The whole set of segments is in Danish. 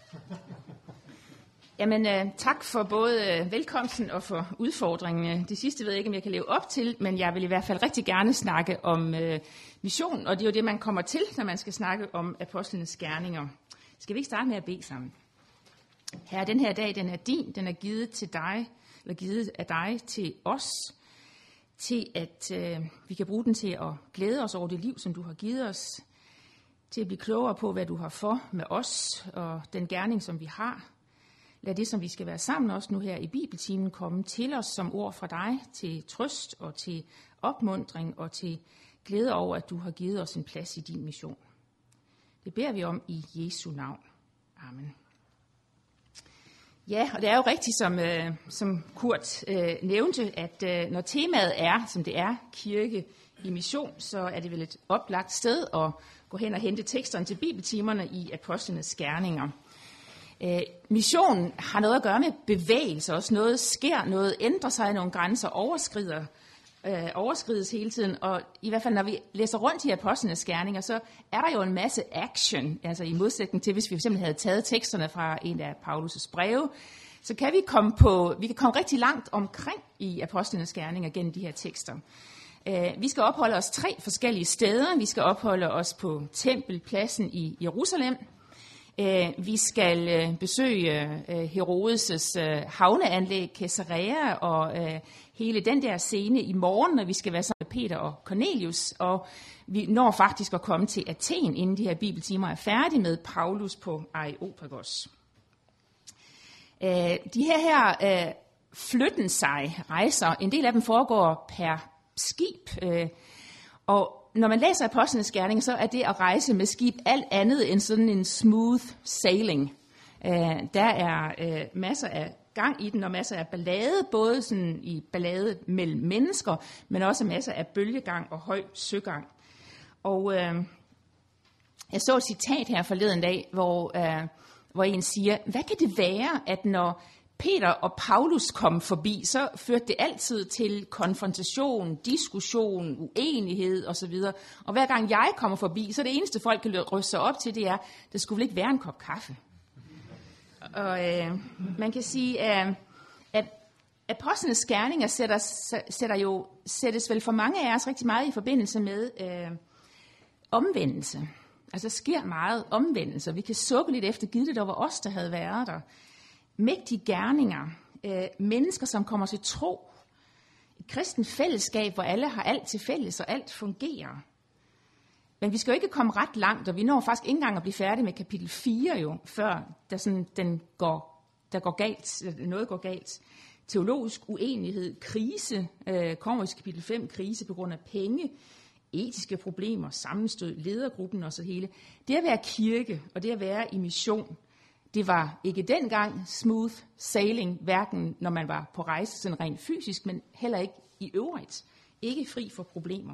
Jamen, tak for både velkomsten og for udfordringen. Det sidste ved jeg ikke, om jeg kan leve op til, men jeg vil i hvert fald rigtig gerne snakke om mission, og det er jo det, man kommer til, når man skal snakke om apostlenes gerninger. Skal vi ikke starte med at bede sammen? Herre, den her dag, den er din, den er givet til dig, eller givet af dig til os, til at vi kan bruge den til at glæde os over det liv, som du har givet os, til at blive klogere på, hvad du har for med os, og den gerning, som vi har. Lad det, som vi skal være sammen også nu her i Bibeltimen, komme til os som ord fra dig, til trøst og til opmuntring og til glæde over, at du har givet os en plads i din mission. Det beder vi om i Jesu navn. Amen. Ja, og det er jo rigtigt, som Kurt nævnte, at når temaet er, som det er, kirke i mission, så er det vel et oplagt sted at gå hen og hente teksterne til bibeltimerne i apostlenes gerninger. Missionen har noget at gøre med bevægelse, også noget sker, noget ændrer sig, nogle grænser overskrides hele tiden, og i hvert fald når vi læser rundt i apostlenes gerninger, så er der jo en masse action, altså i modsætning til, hvis vi fx havde taget teksterne fra en af Paulus' breve, så kan vi komme rigtig langt omkring i apostlenes gerninger gennem de her tekster. Vi skal opholde os 3 forskellige steder. Vi skal opholde os på tempelpladsen i Jerusalem. Vi skal besøge Herodes' havneanlæg Caesarea og hele den der scene i morgen, når vi skal være sammen med Peter og Cornelius. Og vi når faktisk at komme til Athen, inden de her bibeltimer er færdige med Paulus på Areopagos. De her flytten sig rejser, en del af dem foregår per skib, og når man læser apostlenes gerninger, så er det at rejse med skib alt andet end sådan en smooth sailing. Der er masser af gang i den, og masser af ballade, både sådan i ballade mellem mennesker, men også masser af bølgegang og høj søgang. Og jeg så et citat her forleden dag, hvor en siger, hvad kan det være, at når Peter og Paulus kom forbi, så førte det altid til konfrontation, diskussion, uenighed osv. Og hver gang jeg kommer forbi, så det eneste folk kan ryste sig op til, det er, der skulle vel ikke være en kop kaffe. Og man kan sige, at apostlenes gerninger sættes vel for mange af os rigtig meget i forbindelse med omvendelse. Altså der sker meget omvendelse, og vi kan sukke lidt efter, givet det der var os, der havde været der. Mægtige gerninger, mennesker, som kommer til tro, et kristent fællesskab, hvor alle har alt til fælles, og alt fungerer. Men vi skal jo ikke komme ret langt, og vi når faktisk ikke engang at blive færdige med kapitel 4 jo, før noget går galt. Teologisk uenighed, krise, kommer i kapitel 5, krise på grund af penge, etiske problemer, sammenstød, ledergruppen og så hele. Det at være kirke, og det at være i mission, det var ikke dengang smooth sailing, hverken når man var på rejse sådan rent fysisk, men heller ikke i øvrigt. Ikke fri for problemer.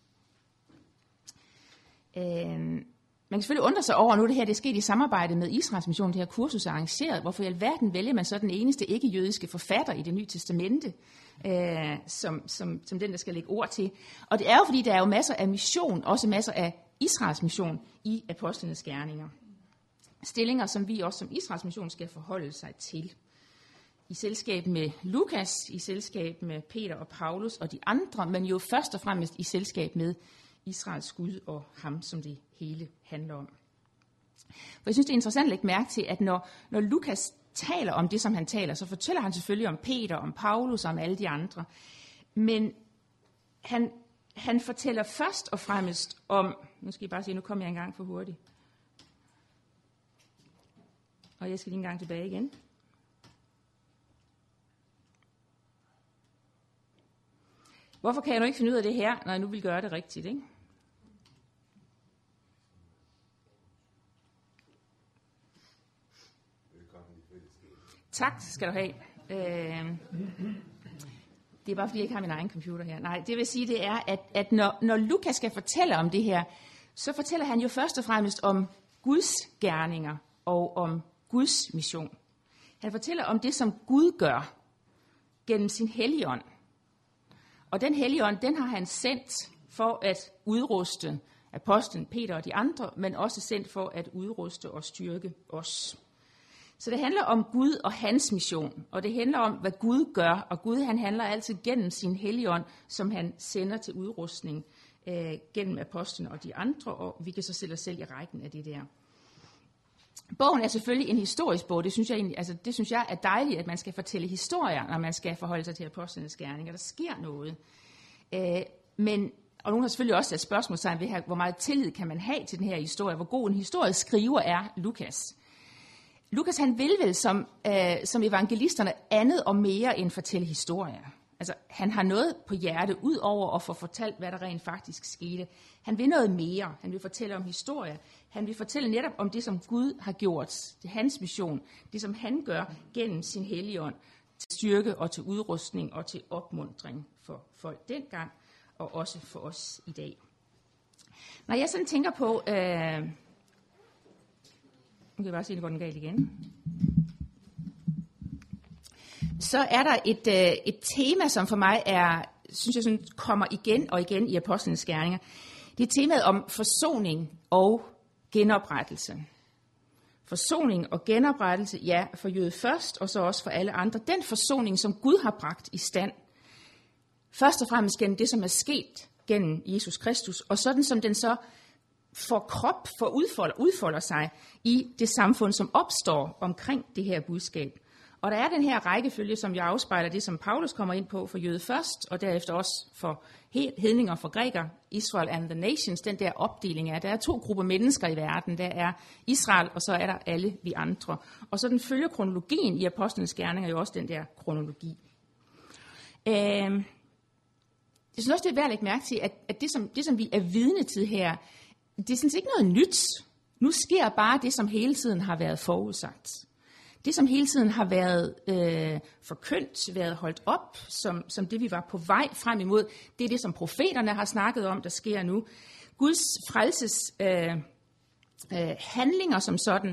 Man kan selvfølgelig undre sig over, nu det her det er sket i samarbejde med Israels mission, det her kursus er arrangeret. Hvorfor i alverden vælger man så den eneste ikke-jødiske forfatter i Det Nye Testamente, som den, der skal lægge ord til. Og det er jo, fordi der er jo masser af mission, også masser af Israels mission i apostlenes gerninger. Stillinger, som vi også som Israels mission skal forholde sig til. I selskab med Lukas, i selskab med Peter og Paulus og de andre, men jo først og fremmest i selskab med Israels Gud og ham, som det hele handler om. For jeg synes, det er interessant at lægge mærke til, at når Lukas taler om det, som han taler, så fortæller han selvfølgelig om Peter, om Paulus og om alle de andre. Men han fortæller først og fremmest om, nu skal jeg bare sige, nu kommer jeg engang for hurtigt. Og jeg skal lige en gang tilbage igen. Hvorfor kan jeg nu ikke finde ud af det her, når jeg nu vil gøre det rigtigt, ikke? Tak skal du have. Det er bare fordi, jeg ikke har min egen computer her. Nej, det vil sige, det er, at når Lukas skal fortælle om det her, så fortæller han jo først og fremmest om Guds gerninger og om Guds mission. Han fortæller om det, som Gud gør gennem sin Helligånd. Og den Helligånd, den har han sendt for at udruste apostlen Peter og de andre, men også sendt for at udruste og styrke os. Så det handler om Gud og hans mission, og det handler om, hvad Gud gør, og Gud han handler altid gennem sin Helligånd, som han sender til udrustning gennem apostlene og de andre, og vi kan så stille os selv i rækken af det der. Bogen er selvfølgelig en historisk bog. Det synes jeg er dejligt, at man skal fortælle historier, når man skal forholde sig til apostlenes gerninger. Der sker noget. Og nogen har selvfølgelig også sat spørgsmålstegn ved, hvor meget tillid kan man have til den her historie. Hvor god en historisk skriver er Lukas. Lukas han vil vel som evangelisterne andet og mere end fortælle historier. Altså, han har noget på hjerte, ud over at få fortalt, hvad der rent faktisk skete. Han vil noget mere. Han vil fortælle om historie. Han vil fortælle netop om det, som Gud har gjort. Det er hans mission. Det, som han gør gennem sin Helligånd. Til styrke og til udrustning og til opmuntring for folk dengang, og også for os i dag. Når jeg sådan tænker på... nu kan jeg bare se, at det går den galt igen. Så er der et tema, som for mig synes jeg sådan, kommer igen og igen i apostlenes gerninger. Det er temaet om forsoning og genoprettelse. Forsoning og genoprettelse, ja, for jøde først, og så også for alle andre. Den forsoning, som Gud har bragt i stand, først og fremmest gennem det, som er sket gennem Jesus Kristus, og sådan som den så får krop, udfolder sig i det samfund, som opstår omkring det her budskab. Og der er den her rækkefølge, som jeg afspejler det, som Paulus kommer ind på for jøde først, og derefter også for hedninger for græker, Israel and the nations, den der opdeling er. Der er 2 grupper mennesker i verden. Der er Israel, og så er der alle vi andre. Og så den følger kronologien i apostlenes gerninger, jo også den der kronologi. Jeg synes også, det er værd at lægge mærke til, at det, som vi er vidne til her, det er sådan set ikke noget nyt. Nu sker bare det, som hele tiden har været forudsagt. Det, som hele tiden har været forkyndt, været holdt op, som det, vi var på vej frem imod, det er det, som profeterne har snakket om, der sker nu. Guds frelses handlinger som sådan,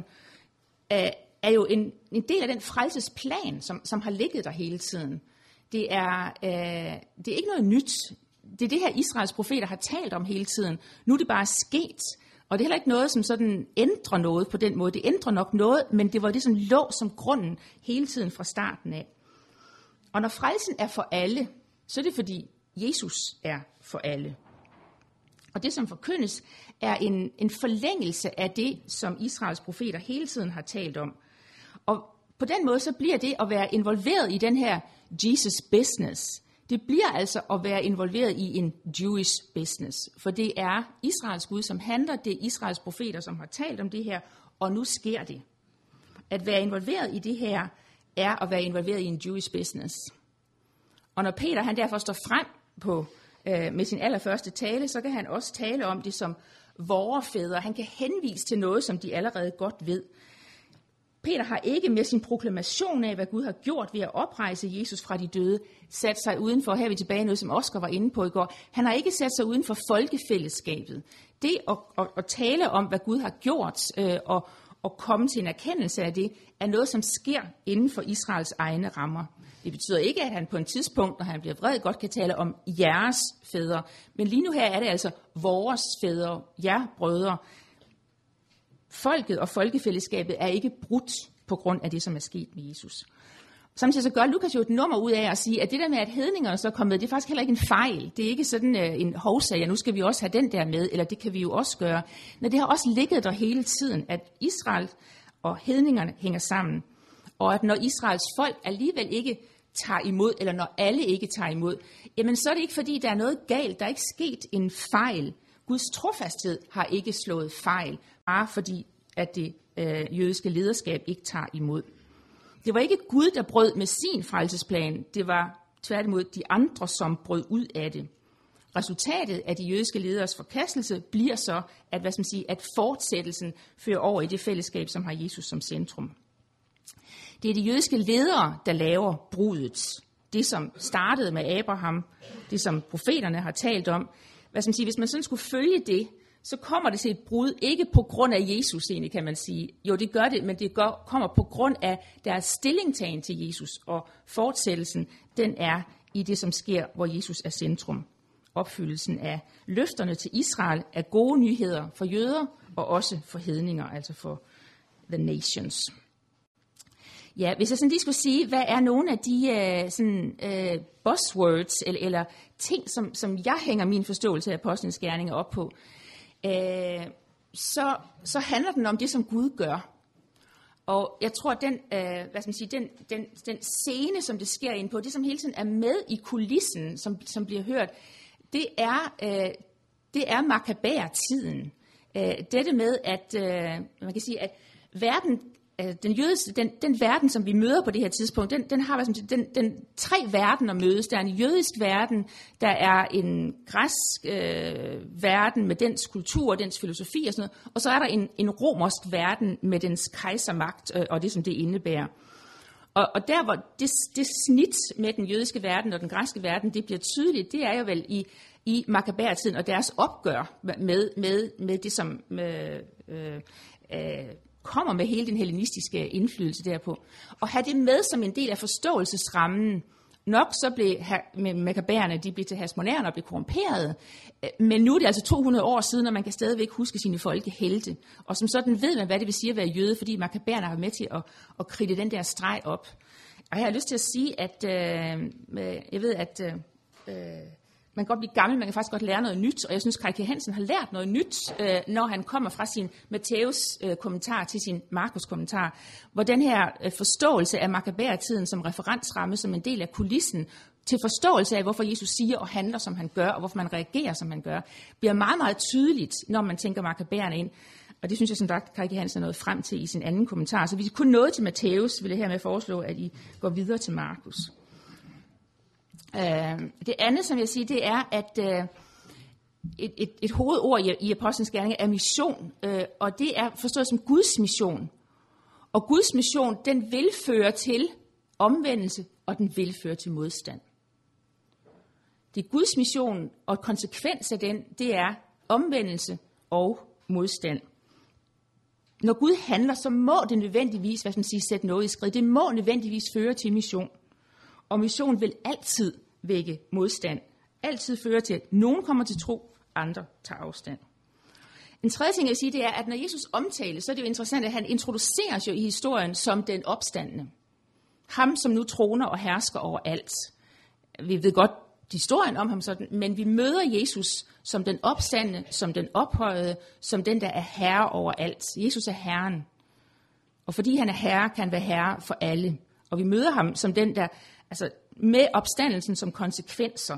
er jo en del af den frelsesplan, som har ligget der hele tiden. Det er ikke noget nyt. Det er det her, Israels profeter har talt om hele tiden. Nu er det bare sket. Og det er heller ikke noget, som sådan ændrer noget på den måde. Det ændrer nok noget, men det var det, som lå som grunden hele tiden fra starten af. Og når frelsen er for alle, så er det fordi Jesus er for alle. Og det, som forkyndes, er en forlængelse af det, som Israels profeter hele tiden har talt om. Og på den måde, så bliver det at være involveret i den her Jesus business. Det bliver altså at være involveret i en Jewish business, for det er Israels Gud, som handler, det er Israels profeter, som har talt om det her, og nu sker det. At være involveret i det her, er at være involveret i en Jewish business. Og når Peter han derfor står frem med sin allerførste tale, så kan han også tale om det som vore fædre. Han kan henvise til noget, som de allerede godt ved. Peter har ikke med sin proklamation af, hvad Gud har gjort ved at oprejse Jesus fra de døde, sat sig udenfor, her er vi tilbage noget, som Oscar var inde på i går. Han har ikke sat sig uden for folkefællesskabet. Det at tale om, hvad Gud har gjort, og komme til en erkendelse af det, er noget, som sker inden for Israels egne rammer. Det betyder ikke, at han på et tidspunkt, når han bliver vred, godt kan tale om jeres fædre. Men lige nu her er det altså vores fædre, jer brødre. Folket og folkefællesskabet er ikke brudt på grund af det, som er sket med Jesus. Samtidig så gør Lukas jo et nummer ud af at sige, at det der med, at hedningerne så er kommet, det er faktisk heller ikke en fejl. Det er ikke sådan en hovsag, nu skal vi også have den der med, eller det kan vi jo også gøre. Men det har også ligget der hele tiden, at Israel og hedningerne hænger sammen. Og at når Israels folk alligevel ikke tager imod, eller når alle ikke tager imod, jamen så er det ikke fordi, der er noget galt. Der er ikke sket en fejl. Guds trofasthed har ikke slået fejl, bare fordi, at det jødiske lederskab ikke tager imod. Det var ikke Gud, der brød med sin frelsesplan. Det var tværtimod de andre, som brød ud af det. Resultatet af de jødiske lederes forkastelse bliver så, at fortsættelsen fører over i det fællesskab, som har Jesus som centrum. Det er de jødiske ledere, der laver brudet. Det, som startede med Abraham, det, som profeterne har talt om. Hvis man sådan skulle følge det, så kommer det til et brud, ikke på grund af Jesus egentlig, kan man sige. Jo, det gør det, men det kommer på grund af deres stillingtagen til Jesus, og fortsættelsen, den er i det, som sker, hvor Jesus er centrum. Opfyldelsen af løfterne til Israel er gode nyheder for jøder, og også for hedninger, altså for the nations. Ja, hvis jeg sådan lige skulle sige, hvad er nogle af de buzzwords eller ting, som jeg hænger min forståelse af apostlenes gerninger op på, så handler den om det, som Gud gør. Og jeg tror, den scene, som det sker ind på, det som hele tiden er med i kulissen, som bliver hørt, det er Makkabæer-tiden. Dette med, at man kan sige, at verden, den verden, som vi møder på det her tidspunkt, den har den tre verdener mødes. Der er en jødisk verden, der er en græsk verden med dens kultur og dens filosofi og sådan noget, og så er der en romersk verden med dens kejsermagt og det, som det indebærer. Og der, hvor det snit med den jødiske verden og den græske verden, det bliver tydeligt, det er jo vel i Makkabæer-tiden og deres opgør med det, som kommer med hele den hellenistiske indflydelse derpå. Og have det med som en del af forståelsesrammen. Nok så blev makkabæerne, de blev til hasmonærerne og blev korrumperede, men nu er det altså 200 år siden, og man kan stadigvæk huske sine folkehelte. Og som sådan ved man, hvad det vil sige at være jøde, fordi makkabæerne har været med til at kridte den der streg op. Og jeg har lyst til at sige, at jeg ved, at man kan godt blive gammel, man kan faktisk godt lære noget nyt, og jeg synes, Kai K. Hansen har lært noget nyt, når han kommer fra sin Matthæus kommentar til sin Markus kommentar, hvor den her forståelse af Makkabæer-tiden som referensramme, som en del af kulissen, til forståelse af, hvorfor Jesus siger og handler, som han gør, og hvorfor man reagerer, som han gør, bliver meget, meget tydeligt, når man tænker Makkabæerne ind. Og det synes jeg, som Kai K. Hansen er nået frem til i sin anden kommentar. Så hvis I kun nåede til Matthæus, vil jeg hermed foreslå, at I går videre til Markus. Det andet, som jeg siger, det er, at et hovedord i apostlenes gerninger er mission, og det er forstået som Guds mission. Og Guds mission, den vil føre til omvendelse, og den vil føre til modstand. Det er Guds mission, og konsekvens af den, det er omvendelse og modstand. Når Gud handler, så må det nødvendigvis, sætte noget i skridt. Det må nødvendigvis føre til mission. Og mission vil altid vække modstand. Altid føre til, at nogen kommer til tro, andre tager afstand. En tredje ting, jeg vil sige, det er, at når Jesus omtales, så er det jo interessant, at han introduceres jo i historien som den opstandne. Ham, som nu troner og hersker over alt. Vi ved godt historien om ham sådan, men vi møder Jesus som den opstandne, som den ophøjede, som den, der er herre over alt. Jesus er herren. Og fordi han er herre, kan han være herre for alle. Og vi møder ham som den, der med opstandelsen som konsekvenser.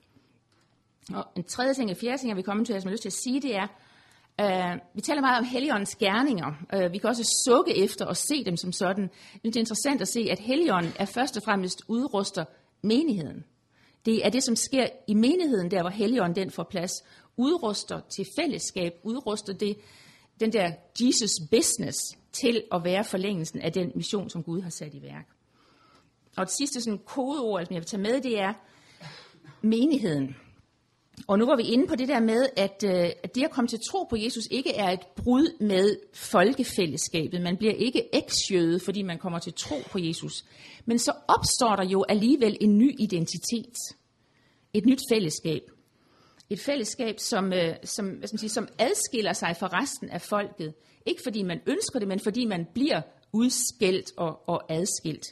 Og en tredje ting, og fjerde ting, jeg vil komme til, som jeg har lyst til at sige, det er, vi taler meget om Helligåndens gerninger. Vi kan også sukke efter og se dem som sådan. Det er interessant at se, at Helligånden er først og fremmest udruster menigheden. Det er det, som sker i menigheden, der hvor Helligånden den får plads. Udruster til fællesskab, udruster den der Jesus business til at være forlængelsen af den mission, som Gud har sat i værk. Og det sidste sådan kodeord, som jeg vil tage med, det er menigheden. Og nu var vi inde på det der med, at det at komme til tro på Jesus ikke er et brud med folkefællesskabet. Man bliver ikke eksjøde, fordi man kommer til tro på Jesus. Men så opstår der jo alligevel en ny identitet. Et nyt fællesskab. Et fællesskab, som adskiller sig fra resten af folket. Ikke fordi man ønsker det, men fordi man bliver udskilt og adskilt.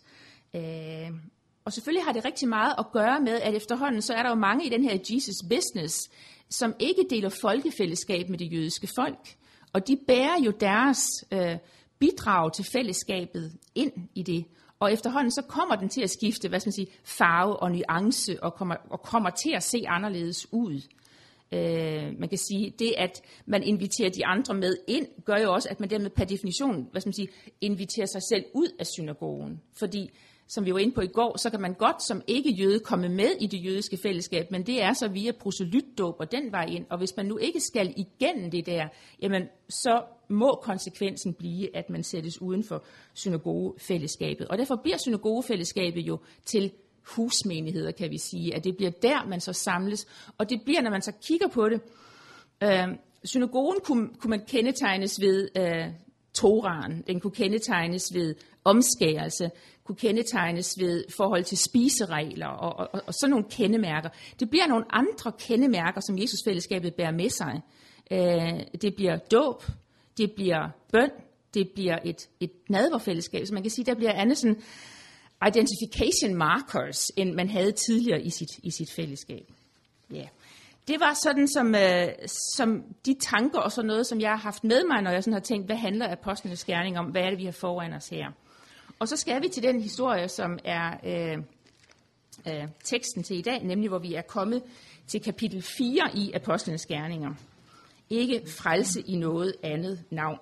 Og selvfølgelig har det rigtig meget at gøre med, at efterhånden så er der jo mange i den her Jesus business, som ikke deler folkefællesskab med det jødiske folk. Og de bærer jo deres bidrag til fællesskabet ind i det. Og efterhånden så kommer den til at skifte, farve og nuance og kommer til at se anderledes ud. Man kan sige, det at man inviterer de andre med ind, gør jo også, at man dermed per definition, inviterer sig selv ud af synagogen. Fordi som vi var inde på i går, så kan man godt som ikke-jøde komme med i det jødiske fællesskab, men det er så via proselytdåb og den vej ind. Og hvis man nu ikke skal igennem det der, jamen så må konsekvensen blive, at man sættes uden for synagogefællesskabet. Og derfor bliver synagogefællesskabet jo til husmenigheder, kan vi sige, at det bliver der, man så samles. Og det bliver, når man så kigger på det, synagogen kunne man kendetegnes ved Toraen, den kunne kendetegnes ved omskærelse, kunne kendetegnes ved forhold til spiseregler og sådan nogle kendemærker. Det bliver nogle andre kendemærker, som Jesusfællesskabet bærer med sig. Det bliver dåb, det bliver bøn, det bliver et nadverfællesskab. Så man kan sige, der bliver andet sådan identification markers, end man havde tidligere i sit fællesskab. Ja. Det var sådan som de tanker og sådan noget, som jeg har haft med mig, når jeg sådan har tænkt, hvad handler apostlenes gerning om? Hvad er det, vi har foran os her? Og så skal vi til den historie, som er teksten til i dag, nemlig hvor vi er kommet til kapitel 4 i apostlenes gerninger. Ikke frelse i noget andet navn.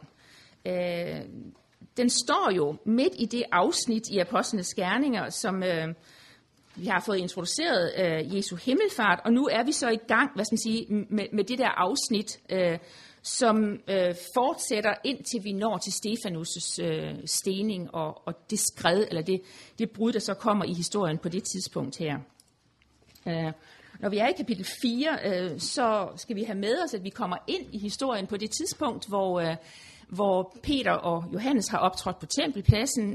Den står jo midt i det afsnit i apostlenes gerninger, som vi har fået introduceret Jesu himmelfart, og nu er vi så i gang, med det der afsnit, som fortsætter indtil vi når til Stefanus' stening og det skred, eller det brud, der så kommer i historien på det tidspunkt her. Når vi er i kapitel 4, så skal vi have med os, at vi kommer ind i historien på det tidspunkt, hvor Peter og Johannes har optrådt på tempelpladsen.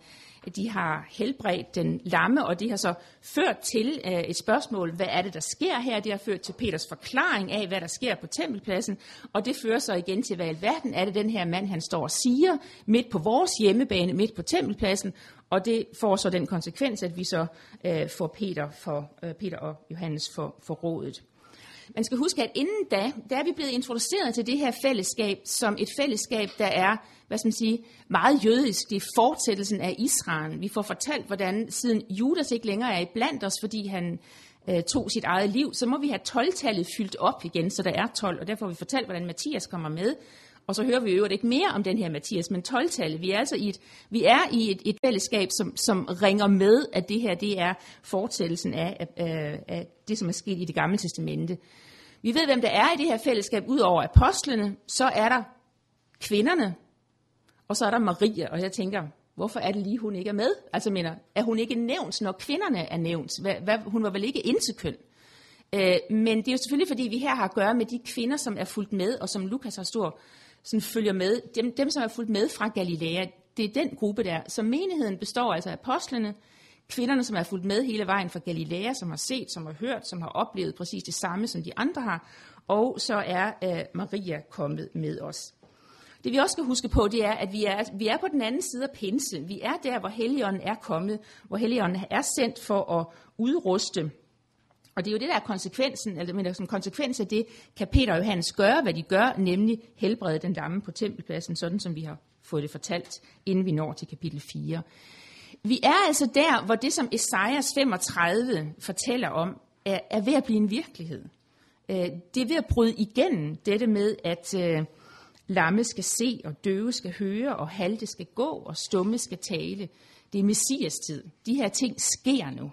De har helbredt den lamme, og det har så ført til et spørgsmål, hvad er det, der sker her? Det har ført til Peters forklaring af, hvad der sker på tempelpladsen, og det fører så igen til, hvad i alverden er det, den her mand, han står og siger, midt på vores hjemmebane, midt på tempelpladsen, og det får så den konsekvens, at vi så får Peter og Johannes for rådet. Man skal huske, at inden da er vi blevet introduceret til det her fællesskab som et fællesskab, der er, meget jødisk. Det er fortsættelsen af Israel. Vi får fortalt, hvordan siden Judas ikke længere er iblandt os, fordi han tog sit eget liv, så må vi have 12-tallet fyldt op igen, så der er 12, og derfor har vi fortalt, hvordan Mathias kommer med. Og så hører vi jo ikke mere om den her Mathias, men 12-tallet. Vi er altså i et fællesskab, som ringer med, at det her det er fortsættelsen af det, som er sket i Det Gamle Testamente. Vi ved, hvem der er i det her fællesskab, ud over apostlene. Så er der kvinderne, og så er der Maria. Og jeg tænker, hvorfor er det lige, hun ikke er med? Altså er hun ikke nævnt, når kvinderne er nævnt? Hun var vel ikke interkøn? Men det er jo selvfølgelig, fordi vi her har at gøre med de kvinder, som er fulgt med, og som Lukas har sådan følger med. Dem, som er fulgt med fra Galilea, det er den gruppe der. Så menigheden består altså af apostlene, kvinderne, som er fulgt med hele vejen fra Galilea, som har set, som har hørt, som har oplevet præcis det samme, som de andre har. Og så er Maria kommet med os. Det vi også skal huske på, det er, at vi er på den anden side af pinse. Vi er der, hvor Helligånden er kommet, hvor Helligånden er sendt for at udruste. Og det er jo det, der er konsekvensen, eller som konsekvens af det, kan Peter og Johannes gøre, hvad de gør, nemlig helbrede den lamme på tempelpladsen, sådan som vi har fået det fortalt, inden vi når til kapitel 4. Vi er altså der, hvor det, som Esajas 35 fortæller om, er ved at blive en virkelighed. Det er ved at bryde igennem dette med, at lamme skal se, og døve skal høre, og halte skal gå, og stumme skal tale. Det er Messias tid. De her ting sker nu.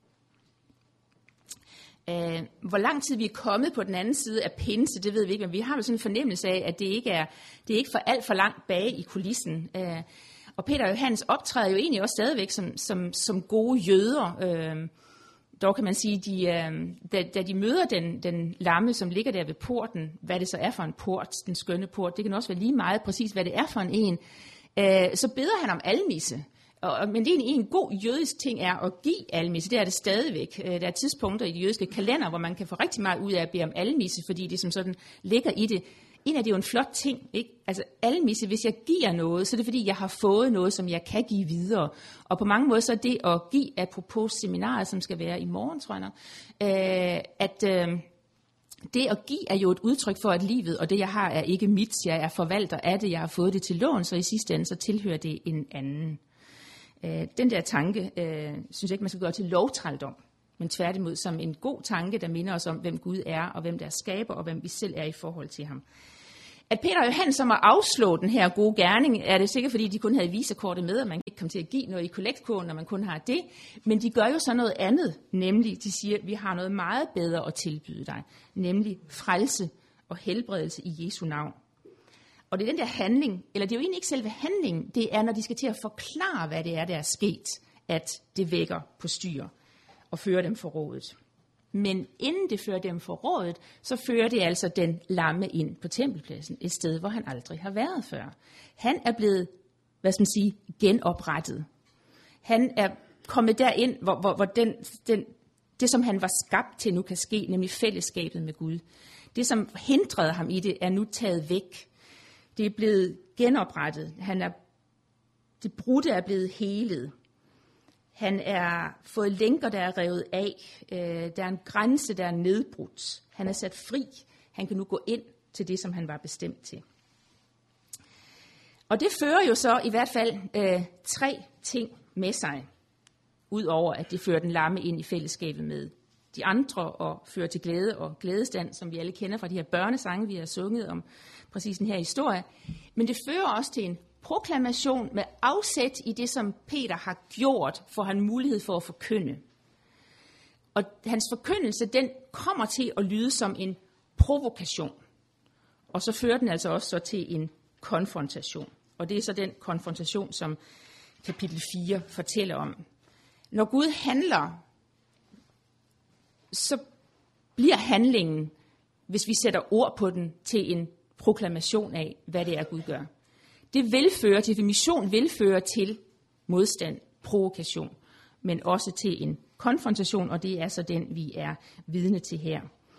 Hvor lang tid vi er kommet på den anden side af pinse, det ved vi ikke, men vi har jo sådan en fornemmelse af, at det ikke er for alt for langt bage i kulissen. Og Peter og Johannes optræder jo egentlig også stadigvæk som gode jøder. Dog kan man sige, da de møder den lamme, som ligger der ved porten, hvad det så er for en port, den skønne port, det kan også være lige meget præcis, hvad det er for en, så beder han om almisse. Men det er en god jødisk ting er at give almisse, det er det stadigvæk. Der er tidspunkter i de jødiske kalender, hvor man kan få rigtig meget ud af at bede om almisse, fordi det som sådan ligger i det. En af det er jo en flot ting, ikke? Altså almisse, hvis jeg giver noget, så er det fordi, jeg har fået noget, som jeg kan give videre. Og på mange måder så er det at give, apropos seminaret, som skal være i morgen, tror jeg, det at give er jo et udtryk for, at livet og det, jeg har, er ikke mit. Jeg er forvalter af det, jeg har fået det til lån, så i sidste ende, så tilhører det en anden. Den der tanke, synes jeg ikke, man skal gøre til lovtrældom, men tværtimod som en god tanke, der minder os om, hvem Gud er, og hvem der skaber, og hvem vi selv er i forhold til ham. At Peter og Johannes som at afslå den her gode gerning, er det sikkert, fordi de kun havde visakortet med, og man kan ikke komme til at give noget i kollektkurven, når man kun har det. Men de gør jo så noget andet, nemlig de siger, at vi har noget meget bedre at tilbyde dig, nemlig frelse og helbredelse i Jesu navn. Og det er den der handling, eller det er jo egentlig ikke selve handlingen, det er, når de skal til at forklare, hvad det er, der er sket, at det vækker på styr og fører dem for rådet. Men inden det fører dem for rådet, så fører det altså den lamme ind på tempelpladsen, et sted, hvor han aldrig har været før. Han er blevet, genoprettet. Han er kommet derind, hvor det, som han var skabt til, nu kan ske, nemlig fællesskabet med Gud. Det, som hindrede ham i det, er nu taget væk. Det er blevet genoprettet. Det brudte er blevet helet. Han er fået lænker, der er revet af. Der er en grænse, der er nedbrudt. Han er sat fri. Han kan nu gå ind til det, som han var bestemt til. Og det fører jo så i hvert fald 3 ting med sig. Udover at det fører den lamme ind i fællesskabet med de andre og fører til glæde og glædestand, som vi alle kender fra de her børnesange, vi har sunget om præcis den her historie. Men det fører også til en proklamation med afsæt i det, som Peter har gjort, for han mulighed for at forkynde. Og hans forkyndelse, den kommer til at lyde som en provokation. Og så fører den altså også så til en konfrontation. Og det er så den konfrontation, som kapitel 4 fortæller om. Når Gud handler, så bliver handlingen, hvis vi sætter ord på den, til en proklamation af, hvad det er, Gud gør. Det vil føre til, mission vil føre til modstand, provokation, men også til en konfrontation, og det er så den, vi er vidne til her.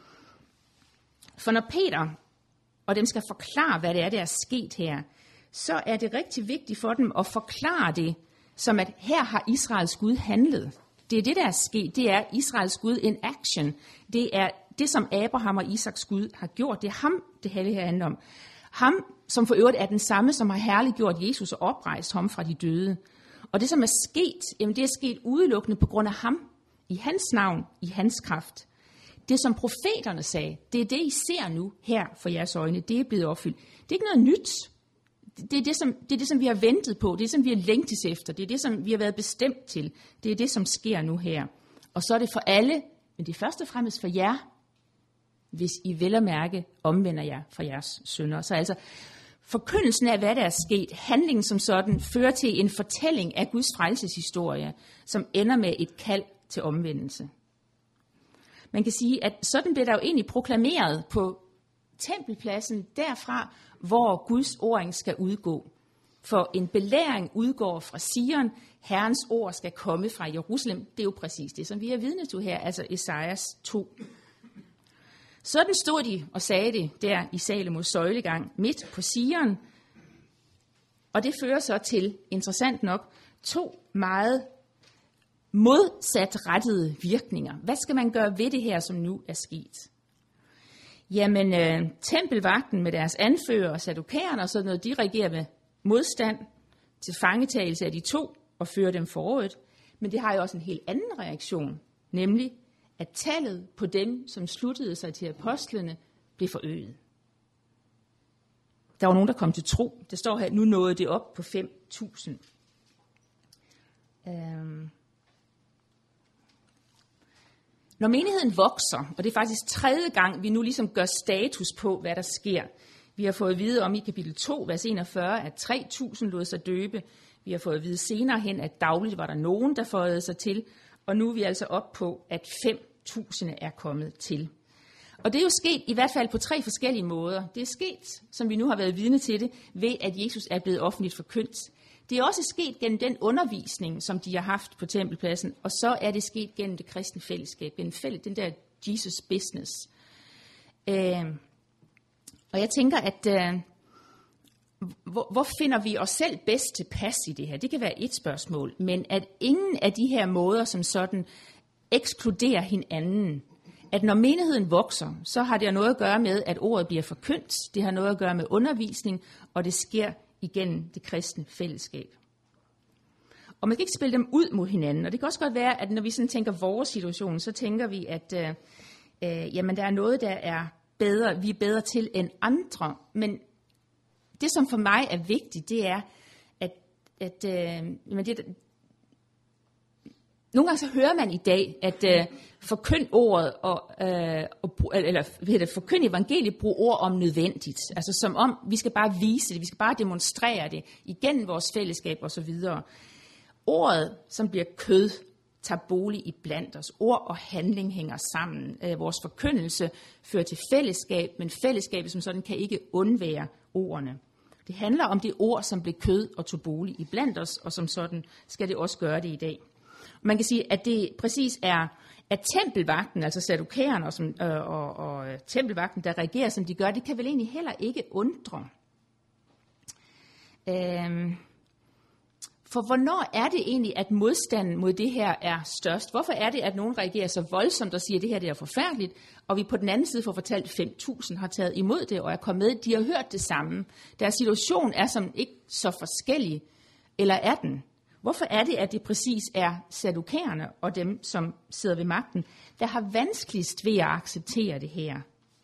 For når Peter og dem skal forklare, hvad det er, der er sket her, så er det rigtig vigtigt for dem at forklare det, som at her har Israels Gud handlet. Det er det, der er sket. Det er Israels Gud in action. Det er det, som Abraham og Isaks Gud har gjort. Det er ham, det her handler om. Ham, som for øvrigt er den samme, som har herliggjort Jesus og oprejst ham fra de døde. Og det, som er sket, jamen det er sket udelukkende på grund af ham, i hans navn, i hans kraft. Det, som profeterne sagde, det er det, I ser nu her for jeres øjne. Det er blevet opfyldt. Det er ikke noget nyt. Det er det, som vi har ventet på. Det er det, som vi har længtes efter. Det er det, som vi har været bestemt til. Det er det, som sker nu her. Og så er det for alle, men det er først og fremmest for jer, hvis I vel at mærke omvender jer fra jeres synder. Så altså, forkyndelsen af, hvad der er sket, handlingen som sådan, fører til en fortælling af Guds frelseshistorie, som ender med et kald til omvendelse. Man kan sige, at sådan bliver der jo egentlig proklameret på tempelpladsen derfra, hvor Guds ord skal udgå. For en belæring udgår fra Sion, Herrens ord skal komme fra Jerusalem. Det er jo præcis det, som vi er vidne til her, altså Esajas 2. Sådan stod de og sagde det der i Salomos søjlegang midt på Sion. Og det fører så til, interessant nok, 2 meget modsatrettede virkninger. Hvad skal man gøre ved det her, som nu er sket? Jamen, tempelvagten med deres anfører, sadukæerne og sådan noget, de reagerer med modstand til fangetagelse af de 2 og fører dem forud. Men det har jo også en helt anden reaktion, nemlig at tallet på dem, som sluttede sig til apostlene, blev forøget. Der var nogen, der kom til tro. Det står her, nu nåede det op på 5.000. Når menigheden vokser, og det er faktisk 3. gang, vi nu ligesom gør status på, hvad der sker. Vi har fået at vide om i kapitel 2, vers 41, at 3.000 lod sig døbe. Vi har fået at vide senere hen, at dagligt var der nogen, der føjede sig til. Og nu er vi altså op på, at 5.000 er kommet til. Og det er jo sket i hvert fald på 3 forskellige måder. Det er sket, som vi nu har været vidne til det, ved at Jesus er blevet offentligt forkyndt. Det er også sket gennem den undervisning, som de har haft på tempelpladsen, og så er det sket gennem det kristne fællesskab, gennem den der Jesus business. Og jeg tænker, at hvor finder vi os selv bedst tilpas i det her? Det kan være et spørgsmål, men at ingen af de her måder som sådan ekskluderer hinanden. At når menigheden vokser, så har det noget at gøre med, at ordet bliver forkyndt, det har noget at gøre med undervisning, og det sker igennem det kristne fællesskab. Og man kan ikke spille dem ud mod hinanden, og det kan også godt være, at når vi sådan tænker vores situation, så tænker vi, at jamen, der er noget, der er bedre, vi er bedre til end andre. Men det, som for mig er vigtigt, det er, at nogle gange så hører man i dag, at forkynd ordet, eller forkynd evangeliet, bruge ord om nødvendigt. Altså som om, vi skal bare vise det, vi skal bare demonstrere det igennem vores fællesskab osv. Ordet, som bliver kød, tager bolig i blandt os. Ord og handling hænger sammen. Vores forkyndelse fører til fællesskab, men fællesskabet som sådan kan ikke undvære ordene. Det handler om det ord, som blev kød og tog bolig i blandt os, og som sådan skal det også gøre det i dag. Man kan sige, at det præcis er, at tempelvagten, altså sadukæerne og tempelvagten, der reagerer, som de gør, det kan vel egentlig heller ikke undre. For hvornår er det egentlig, at modstanden mod det her er størst? Hvorfor er det, at nogen reagerer så voldsomt og siger, at det her det er forfærdeligt, og vi på den anden side får fortalt, at 5.000 har taget imod det og er kommet med? De har hørt det samme. Deres situation er som ikke så forskellig, eller er den? Hvorfor er det, at det præcis er sadukærerne og dem, som sidder ved magten, der har vanskeligst ved at acceptere det her?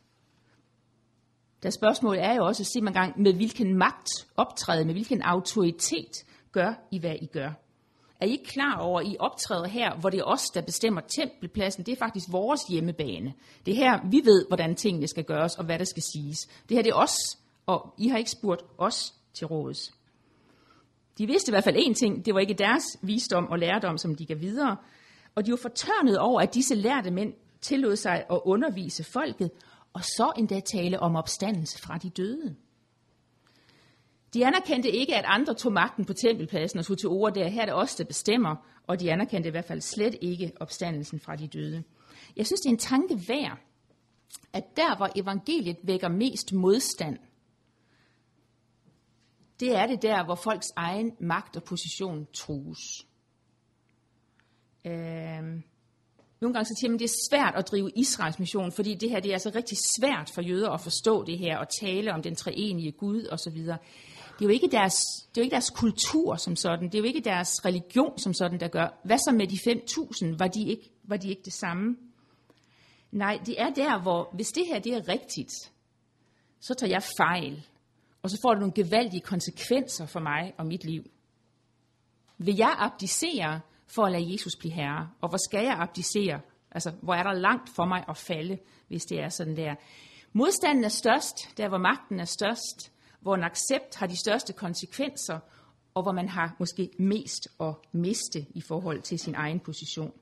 Der spørgsmål er jo også, sig man gang, med hvilken magt optræder, med hvilken autoritet gør I, hvad I gør. Er I ikke klar over, at I optræder her, hvor det er os, der bestemmer tempelpladsen? Det er faktisk vores hjemmebane. Det er her, vi ved, hvordan tingene skal gøres, og hvad der skal siges. Det her det er os, og I har ikke spurgt os til råds. De vidste i hvert fald én ting, det var ikke deres visdom og lærdom, som de gav videre. Og de var fortørnet over, at disse lærte mænd tillod sig at undervise folket, og så endda tale om opstandelse fra de døde. De anerkendte ikke, at andre tog magten på tempelpladsen og tog til ord der. Her er det os, der bestemmer, og de anerkendte i hvert fald slet ikke opstandelsen fra de døde. Jeg synes, det er en tanke værd, at der, hvor evangeliet vækker mest modstand, det er det der, hvor folks egen magt og position trues. Nogle gange så siger man, at det er svært at drive Israels mission, fordi det her det er altså rigtig svært for jøder at forstå det her og tale om den treenige Gud osv. Det er jo ikke deres kultur som sådan, det er jo ikke deres religion som sådan, der gør. Hvad så med de 5.000? Var de ikke det samme? Nej, det er der, hvor hvis det her det er rigtigt, så tager jeg fejl, og så får det nogle gevaldige konsekvenser for mig og mit liv. Vil jeg abdicere for at lade Jesus blive herre? Og hvor skal jeg abdicere? Altså, hvor er der langt for mig at falde, hvis det er sådan der? Modstanden er størst, der hvor magten er størst, hvor en accept har de største konsekvenser, og hvor man har måske mest at miste i forhold til sin egen position.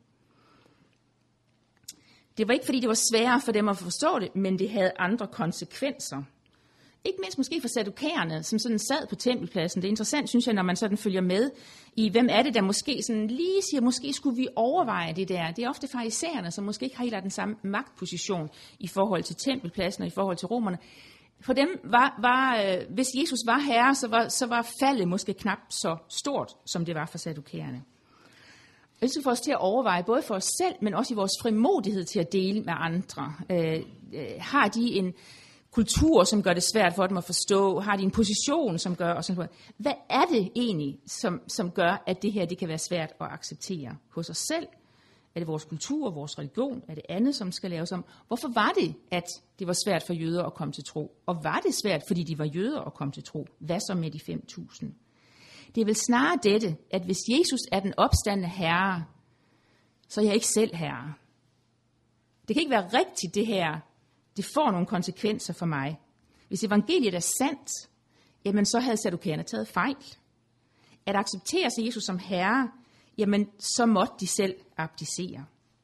Det var ikke, fordi det var sværere for dem at forstå det, men det havde andre konsekvenser. Ikke mindst måske for sadukærerne, som sådan sad på tempelpladsen. Det er interessant, synes jeg, når man sådan følger med i, hvem er det, der måske sådan lige siger, måske skulle vi overveje det der. Det er ofte farisæerne, som måske ikke har helt den samme magtposition i forhold til tempelpladsen og i forhold til romerne. For dem hvis Jesus var herre, så var faldet måske knap så stort, som det var for sadukærerne. Jeg skal få os til at overveje, både for os selv, men også i vores frimodighed til at dele med andre. Har de en kultur, som gør det svært for dem at forstå? Har de en position, som gør? Og sådan noget? Hvad er det egentlig, som gør, at det her det kan være svært at acceptere hos os selv? Er det vores kultur, vores religion? Er det andet, som skal laves om? Hvorfor var det, at det var svært for jøder at komme til tro? Og var det svært, fordi de var jøder at komme til tro? Hvad så med de 5.000? Det er vel snarere dette, at hvis Jesus er den opstandne herre, så er jeg ikke selv herre. Det kan ikke være rigtigt det her. Det får nogle konsekvenser for mig. Hvis evangeliet er sandt, jamen så havde sadukærerne taget fejl. At acceptere sig Jesus som herre, jamen så måtte de selv abdicere.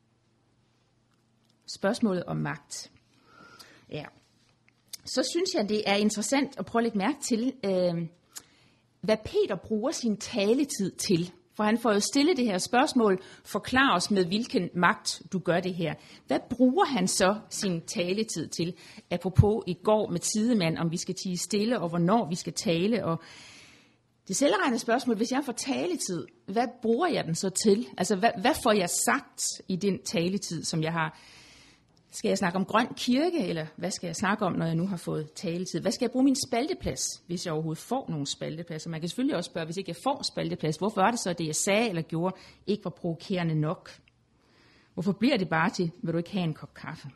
Spørgsmålet om magt. Ja. Så synes jeg, det er interessant at prøve at lægge mærke til, hvad Peter bruger sin taletid til. For han får jo stillet det her spørgsmål, forklar os med hvilken magt du gør det her. Hvad bruger han så sin taletid til? Apropos i går med tidemand, om vi skal tie stille, og hvornår vi skal tale. Og det selvregnende spørgsmål, hvis jeg får taletid, hvad bruger jeg den så til? Altså, hvad får jeg sagt i den taletid, som jeg har? Skal jeg snakke om Grøn Kirke, eller hvad skal jeg snakke om, når jeg nu har fået taletid? Hvad skal jeg bruge min spalteplads, hvis jeg overhovedet får nogle spaltepladser? Man kan selvfølgelig også spørge, hvis ikke jeg får spalteplads, hvorfor er det så, at det jeg sagde eller gjorde, ikke var provokerende nok? Hvorfor bliver det bare til, vil du ikke have en kop kaffe?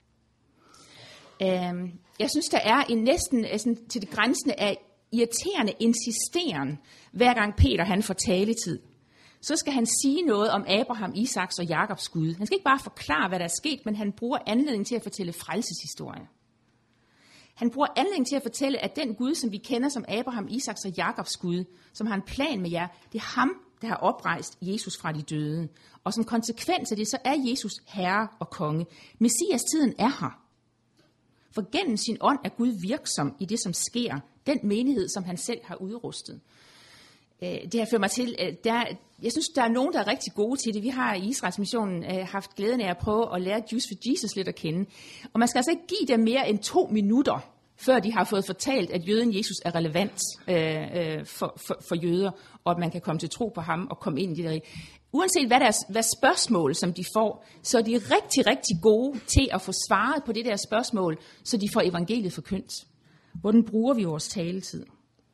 Jeg synes, der er en næsten til det grænsende af irriterende insisteren, hver gang Peter han får taletid. Så skal han sige noget om Abraham, Isaks og Jakobs Gud. Han skal ikke bare forklare, hvad der er sket, men han bruger anledning til at fortælle frelseshistorie. Han bruger anledning til at fortælle, at den Gud, som vi kender som Abraham, Isaks og Jakobs Gud, som har en plan med jer, det er ham, der har oprejst Jesus fra de døde. Og som konsekvens af det, så er Jesus herre og konge. Messias-tiden er her. For gennem sin ånd er Gud virksom i det, som sker. Den menighed, som han selv har udrustet. Det har ført mig til, jeg synes, der er nogen, der er rigtig gode til det. Vi har i Israels missionen haft glæden af at prøve at lære Jews for Jesus lidt at kende. Og man skal altså ikke give dem mere end 2 minutter, før de har fået fortalt, at jøden Jesus er relevant for jøder, og at man kan komme til tro på ham og komme ind i det rige. Uanset hvad spørgsmål, som de får, så er de rigtig, rigtig gode til at få svaret på det der spørgsmål, så de får evangeliet forkyndt. Hvordan bruger vi vores taletid?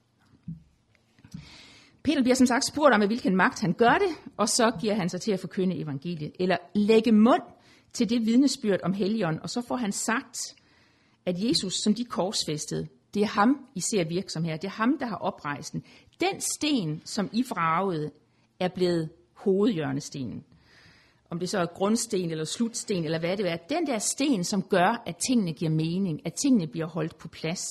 Peter bliver som sagt spurgt om, med hvilken magt han gør det, og så giver han sig til at forkynde evangeliet, eller lægge mund til det vidnesbyrd om Helligånden, og så får han sagt, at Jesus, som de korsfæstede, det er ham, I ser virksom her. Det er ham, der har oprejst den. Den sten, som I vragede, er blevet hovedhjørnestenen. Om det så er grundsten eller slutsten, eller hvad det er. Den der sten, som gør, at tingene giver mening, at tingene bliver holdt på plads,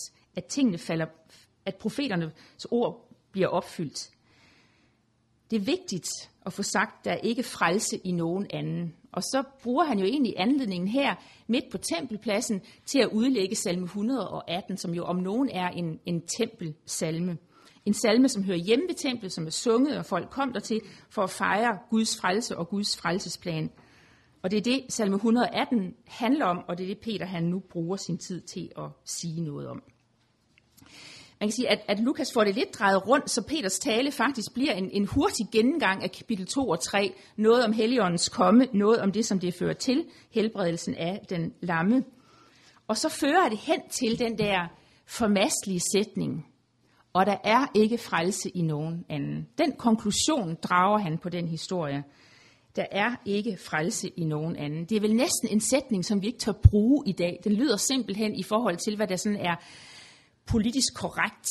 at profeternes ord bliver opfyldt. Det er vigtigt at få sagt, der er ikke frelse i nogen anden. Og så bruger han jo egentlig anledningen her, midt på tempelpladsen, til at udlægge salme 118, som jo om nogen er en tempelsalme. En salme, som hører hjemme ved templet, som er sunget, og folk kom dertil for at fejre Guds frelse og Guds frelsesplan. Og det er det, salme 118 handler om, og det er det, Peter han nu bruger sin tid til at sige noget om. Man kan sige, at Lukas får det lidt drejet rundt, så Peters tale faktisk bliver en hurtig gennemgang af kapitel 2 og 3. Noget om Helligåndens komme, noget om det, som det fører til, helbredelsen af den lamme. Og så fører det hen til den der formastelige sætning, og der er ikke frelse i nogen anden. Den konklusion drager han på den historie. Der er ikke frelse i nogen anden. Det er vel næsten en sætning, som vi ikke tør bruge i dag. Den lyder simpelthen i forhold til, hvad der sådan er politisk korrekt,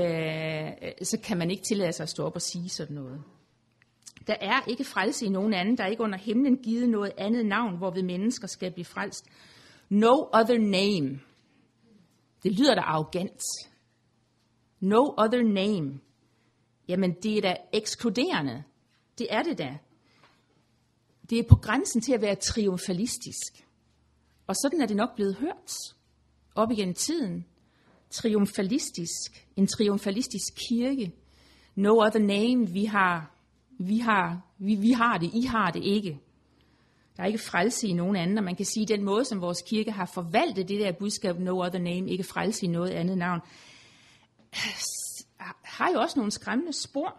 så kan man ikke tillade sig at stå op og sige sådan noget. Der er ikke frelse i nogen anden. Der er ikke under himlen givet noget andet navn, hvorved mennesker skal blive frelst. No other name. Det lyder da arrogant. No other name. Jamen, det er da ekskluderende. Det er det da. Det er på grænsen til at være triumfalistisk. Og sådan er det nok blevet hørt op igennem tiden. Triumfalistisk. En triumfalistisk kirke. No other name. Vi har det. I har det ikke. Der er ikke frelse i nogen anden. Og man kan sige, at den måde, som vores kirke har forvaltet det der budskab, no other name, ikke frelse i noget andet navn, har jo også nogle skræmmende spor.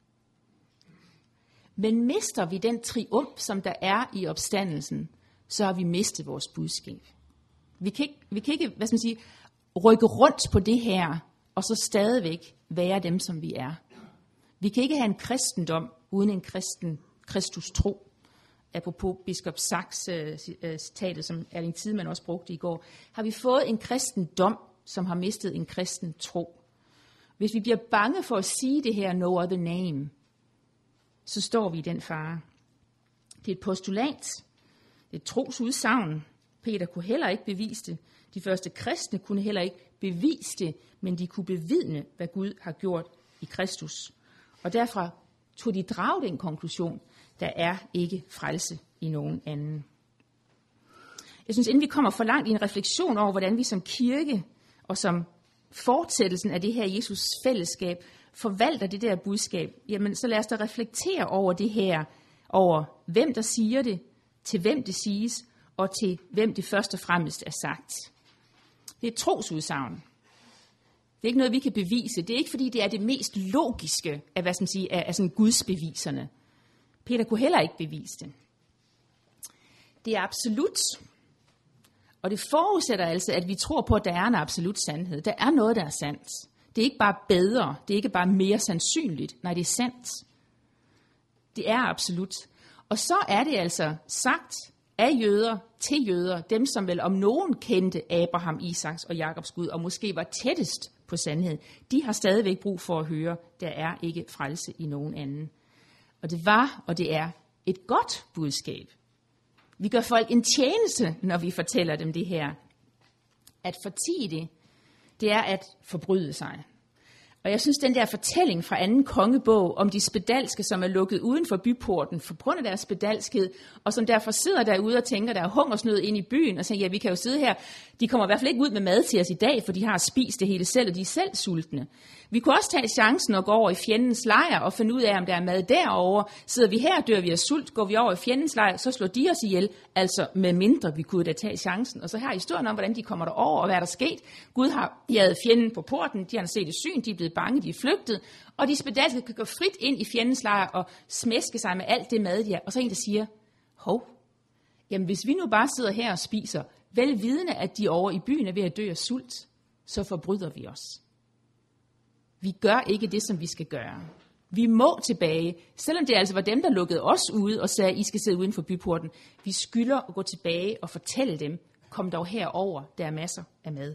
Men mister vi den triumf, som der er i opstandelsen, så har vi mistet vores budskab. Vi kan ikke hvad skal man sige, rykke rundt på det her, og så stadigvæk være dem, som vi er. Vi kan ikke have en kristendom uden en Kristus tro. Apropos biskop Sachs citatet, som Erling Tidemand også brugte i går, har vi fået en kristendom, som har mistet en kristen tro. Hvis vi bliver bange for at sige det her no other name, så står vi i den fare. Det er et postulat. Det er et trosudsagn. Peter kunne heller ikke bevise det. De første kristne kunne heller ikke bevise det, men de kunne bevidne, hvad Gud har gjort i Kristus. Og derfra tog de drage den konklusion, der er ikke frelse i nogen anden. Jeg synes, inden vi kommer for langt i en refleksion over, hvordan vi som kirke og som fortsættelsen af det her Jesus fællesskab forvalter det der budskab, jamen så lad os da reflektere over det her, over hvem der siger det, til hvem det siges, og til hvem det først og fremmest er sagt. Det er et trosudsagn. Det er ikke noget, vi kan bevise. Det er ikke, fordi det er det mest logiske af, hvad skal man sige, af sådan gudsbeviserne. Peter kunne heller ikke bevise det. Det er absolut. Og det forudsætter altså, at vi tror på, at der er en absolut sandhed. Der er noget, der er sandt. Det er ikke bare bedre. Det er ikke bare mere sandsynligt. Nej, det er sandt. Det er absolut. Og så er det altså sagt af jøder til jøder, dem som vel om nogen kendte Abraham, Isaks og Jakobs Gud, og måske var tættest på sandhed. De har stadigvæk brug for at høre, der er ikke frelse i nogen anden. Og det var, og det er et godt budskab. Vi gør folk en tjeneste, når vi fortæller dem det her. At fortie det, det er at forbryde sig. Og jeg synes, den der fortælling fra anden kongebog om de spedalske, som er lukket uden for byporten for grund af deres spedalskhed, og som derfor sidder derude og tænker, der er hungersnød inde i byen, og siger, ja, vi kan jo sidde her. De kommer i hvert fald ikke ud med mad til os i dag, for de har spist det hele selv, og de er selv sultne. Vi kunne også tage chancen og gå over i fjendens lejr og finde ud af, om der er mad derovre. Sidder vi her, dør vi af sult, går vi over i fjendens lejr, så slår de os ihjel. Altså med mindre vi kunne da tage chancen. Og så her er historien om, hvordan de kommer derover og hvad der er sket. Gud har jaget fjenden på porten, de har set et syn, de er blevet bange, de er flygtet. Og de spedalske kan gå frit ind i fjendens lejr og smæske sig med alt det mad, de har. Og så en, der siger, hov, jamen hvis vi nu bare sidder her og spiser, vel vidende, at de over i byen er ved at dø af sult, så forbryder vi os. Vi gør ikke det, som vi skal gøre. Vi må tilbage, selvom det altså var dem, der lukkede os ude og sagde, I skal sidde uden for byporten. Vi skylder at gå tilbage og fortælle dem, kom dog herover, der er masser af mad.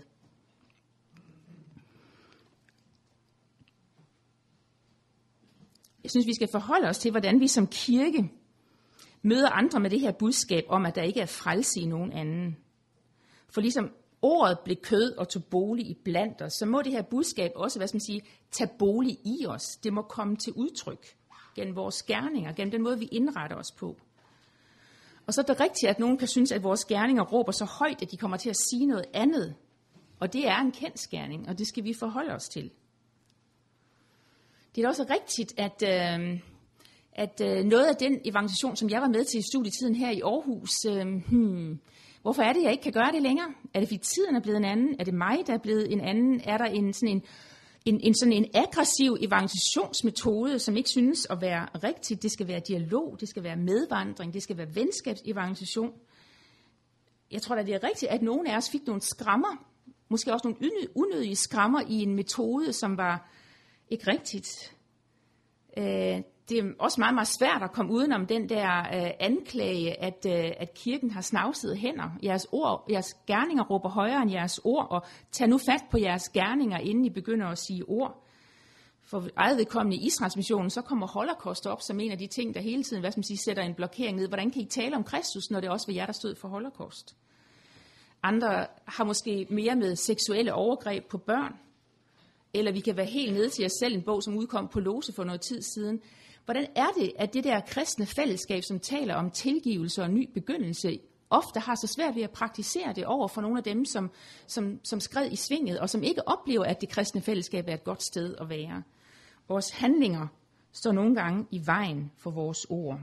Jeg synes, vi skal forholde os til, hvordan vi som kirke møder andre med det her budskab om, at der ikke er frelse i nogen anden. For ligesom ordet blev kød og tog bolig i blandt os, så må det her budskab også, tage bolig i os. Det må komme til udtryk gennem vores gerninger, gennem den måde, vi indretter os på. Og så er det rigtigt, at nogen kan synes, at vores gerninger råber så højt, at de kommer til at sige noget andet. Og det er en kendsgerning, og det skal vi forholde os til. Det er også rigtigt, at noget af den evangelisation, som jeg var med til i studietiden her i Aarhus, hvorfor er det, jeg ikke kan gøre det længere? Er det, fordi tiden er blevet en anden? Er det mig, der er blevet en anden? Er der en aggressiv evangelisationsmetode, som ikke synes at være rigtig? Det skal være dialog, det skal være medvandring, det skal være venskabsevangelisation. Jeg tror da, det er rigtigt, at nogen af os fik nogle skrammer, måske også nogle unødige skrammer i en metode, som var ikke rigtigt. Det er også meget, meget svært at komme udenom den der anklage, at kirken har snavsede hænder. Jeres gerninger råber højere end jeres ord, og tag nu fat på jeres gerninger, inden I begynder at sige ord. For eget vedkommende i Israels missionen, så kommer Holocaust op som en af de ting, der hele tiden sætter en blokering ned. Hvordan kan I tale om Kristus, når det også var jer, der stod for Holocaust? Andre har måske mere med seksuelle overgreb på børn. Eller vi kan være helt nede til os selv, en bog, som udkom på Lose for noget tid siden. Hvordan er det, at det der kristne fællesskab, som taler om tilgivelse og ny begyndelse, ofte har så svært ved at praktisere det over for nogle af dem, som skred i svinget, og som ikke oplever, at det kristne fællesskab er et godt sted at være. Vores handlinger står nogle gange i vejen for vores ord.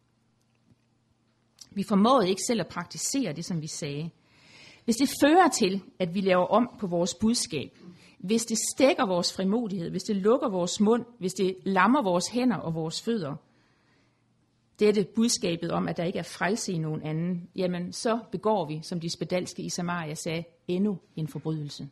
Vi formåede ikke selv at praktisere det, som vi sagde. Hvis det fører til, at vi laver om på vores budskab, hvis det stækker vores frimodighed, hvis det lukker vores mund, hvis det lammer vores hænder og vores fødder, dette budskabet om, at der ikke er frelse i nogen anden, jamen så begår vi, som de spedalske i Samaria sagde, endnu en forbrydelse.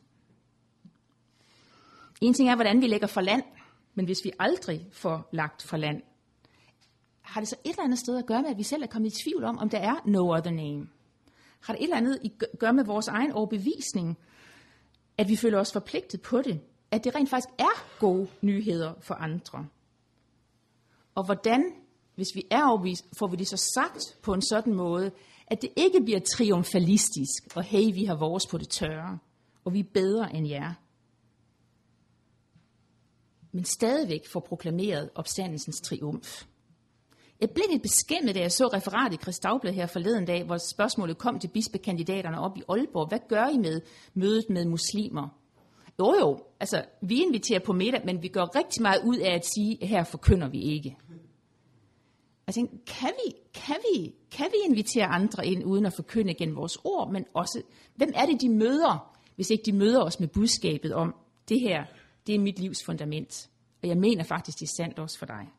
En ting er, hvordan vi lægger for land, men hvis vi aldrig får lagt for land, har det så et eller andet sted at gøre med, at vi selv er kommet i tvivl om der er no other name? Har det et eller andet at gøre med vores egen overbevisning, at vi føler os forpligtet på det, at det rent faktisk er gode nyheder for andre? Og hvordan, hvis vi er overbevist, får vi det så sagt på en sådan måde, at det ikke bliver triumfalistisk, og hey, vi har vores på det tørre, og vi er bedre end jer, men stadigvæk får proklameret opstandelsens triumf. Jeg blev lidt beskæmmet, da jeg så referatet i Kristi Dagblad her forleden dag, hvor spørgsmålet kom til bispekandidaterne op i Aalborg. Hvad gør I med mødet med muslimer? Jo, altså vi inviterer på middag, men vi gør rigtig meget ud af at sige, at her forkynder vi ikke. Jeg tænkte, kan vi invitere andre ind, uden at forkynde gennem vores ord, men også, hvem er det, de møder, hvis ikke de møder os med budskabet om, det her, det er mit livs fundament. Og jeg mener faktisk, det er sandt også for dig.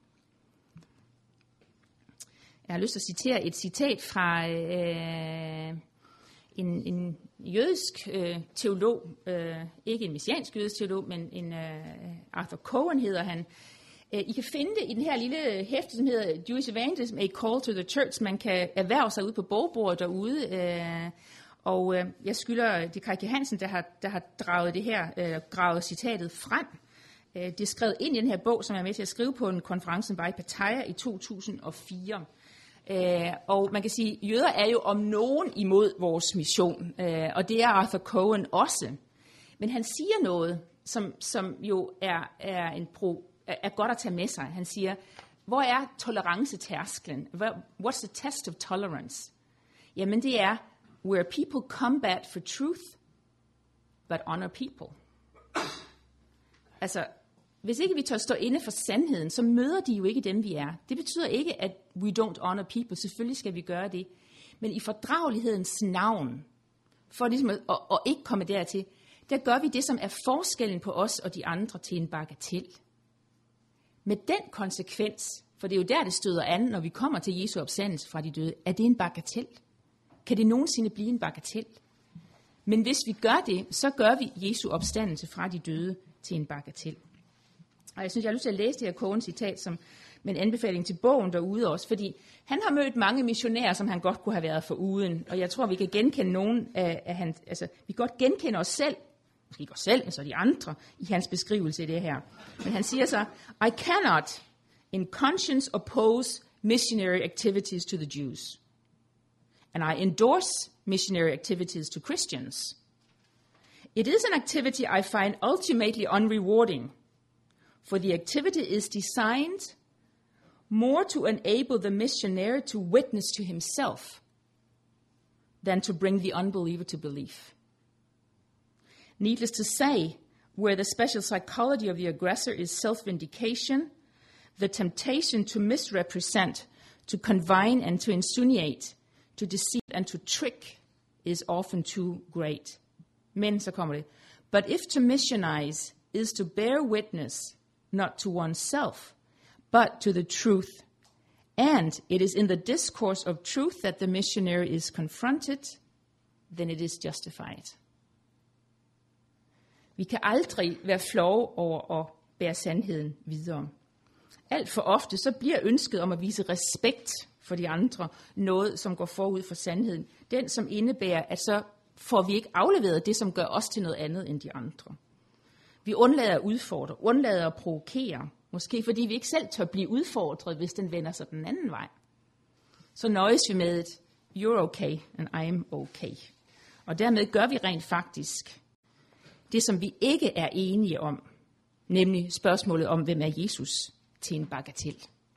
Jeg har lyst til at citere et citat fra en jødisk teolog, ikke en messiansk jødisk teolog, men en Arthur Cohen hedder han. I kan finde det i den her lille hæfte, som hedder Jewish Evangelism, A Call to the Church. Man kan erhverve sig ud på bogbordet derude, og jeg skylder det Kaj Hansen, der har draget det her, gravet citatet frem. Det er skrevet ind i den her bog, som jeg er med til at skrive på en konference by Pattaya i 2004. Og man kan sige, at jøder er jo om nogen imod vores mission, og det er Arthur Cohen også. Men han siger noget, som jo er godt at tage med sig. Han siger, hvor er tolerancetærsklen? What's the test of tolerance? Jamen det er, where people combat for truth, but honor people. Altså, hvis ikke vi tør stå inde for sandheden, så møder de jo ikke dem, vi er. Det betyder ikke, at we don't honor people. Selvfølgelig skal vi gøre det. Men i fordragelighedens navn, for ligesom at ikke komme dertil, der gør vi det, som er forskellen på os og de andre, til en bagatel. Med den konsekvens, for det er jo der, det støder an, når vi kommer til Jesu opstandelse fra de døde, er det en bagatel? Kan det nogensinde blive en bagatel? Men hvis vi gør det, så gør vi Jesu opstandelse fra de døde til en bagatel. Og jeg synes, jeg har lyst til at læse det her Cohen-citat som med en anbefaling til bogen derude også, fordi han har mødt mange missionærer, som han godt kunne have været foruden, og jeg tror, vi kan genkende nogen af hans, altså vi kan godt genkende os selv, måske ikke os selv, men så de andre, i hans beskrivelse af det her. Men han siger så, I cannot in conscience oppose missionary activities to the Jews, and I endorse missionary activities to Christians. It is an activity I find ultimately unrewarding, for the activity is designed more to enable the missionary to witness to himself than to bring the unbeliever to belief. Needless to say, where the special psychology of the aggressor is self-vindication, the temptation to misrepresent, to convine and to insinuate, to deceive and to trick is often too great. Men, så kommer det. But if to missionize is to bear witness, not to oneself, but to the truth, and it is in the discourse of truth that the missionary is confronted, then it is justified. Vi kan aldrig være flove over at bære sandheden videre. Alt for ofte så bliver ønsket om at vise respekt for de andre noget, som går forud for sandheden. Den, som indebærer, at så får vi ikke afleveret det, som gør os til noget andet end de andre. Vi undlader at udfordre, undlader at provokere, måske fordi vi ikke selv tør blive udfordret, hvis den vender sig den anden vej. Så nøjes vi med et, you're okay, and I'm okay. Og dermed gør vi rent faktisk det, som vi ikke er enige om, nemlig spørgsmålet om, hvem er Jesus, til en bagatel.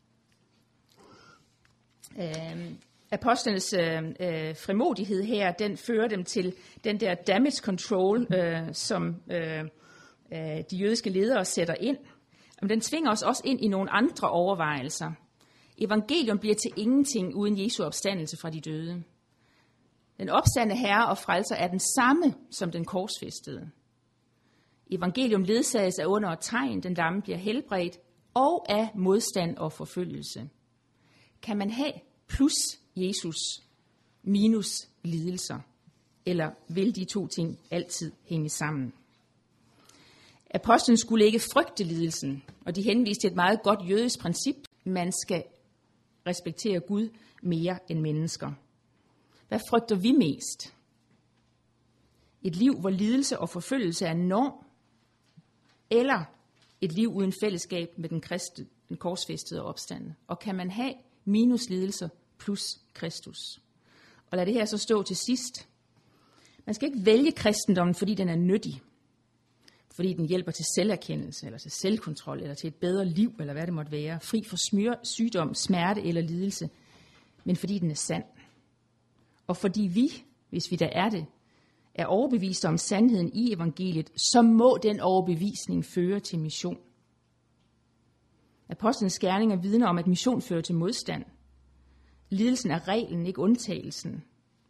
Apostlenes frimodighed her, den fører dem til den der damage control, som de jødiske ledere sætter ind. Men den tvinger os også ind i nogle andre overvejelser. Evangelium bliver til ingenting uden Jesu opstandelse fra de døde. Den opstandne herre og frelser er den samme som den korsfæstede. Evangelium ledsages af under og tegn, den lamme bliver helbredt, og af modstand og forfølgelse. Kan man have plus Jesus minus lidelser? Eller vil de to ting altid hænge sammen? Apostlen skulle ikke frygte lidelsen, og de henviste til et meget godt jødisk princip. Man skal respektere Gud mere end mennesker. Hvad frygter vi mest? Et liv, hvor lidelse og forfølgelse er norm, eller et liv uden fællesskab med den korsfæstede og opstanden? Og kan man have minus lidelser plus Kristus? Og lad det her så stå til sidst. Man skal ikke vælge kristendommen, fordi den er nyttig. Fordi den hjælper til selverkendelse, eller til selvkontrol, eller til et bedre liv, eller hvad det måtte være. Fri for sygdom, smerte eller lidelse. Men fordi den er sand. Og fordi vi, hvis vi da er det, er overbevist om sandheden i evangeliet, så må den overbevisning føre til mission. Apostlenes gerninger vidner om, at mission fører til modstand. Lidelsen er reglen, ikke undtagelsen.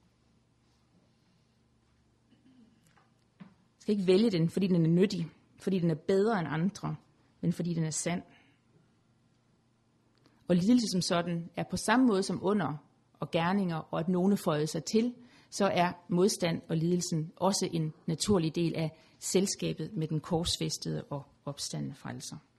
Jeg skal ikke vælge den, fordi den er nyttig, fordi den er bedre end andre, men fordi den er sand. Og lidelse som sådan er på samme måde som under og gerninger, og at nogen føjer sig til, så er modstand og lidelsen også en naturlig del af selskabet med den korsfæstede og opstandne frelser.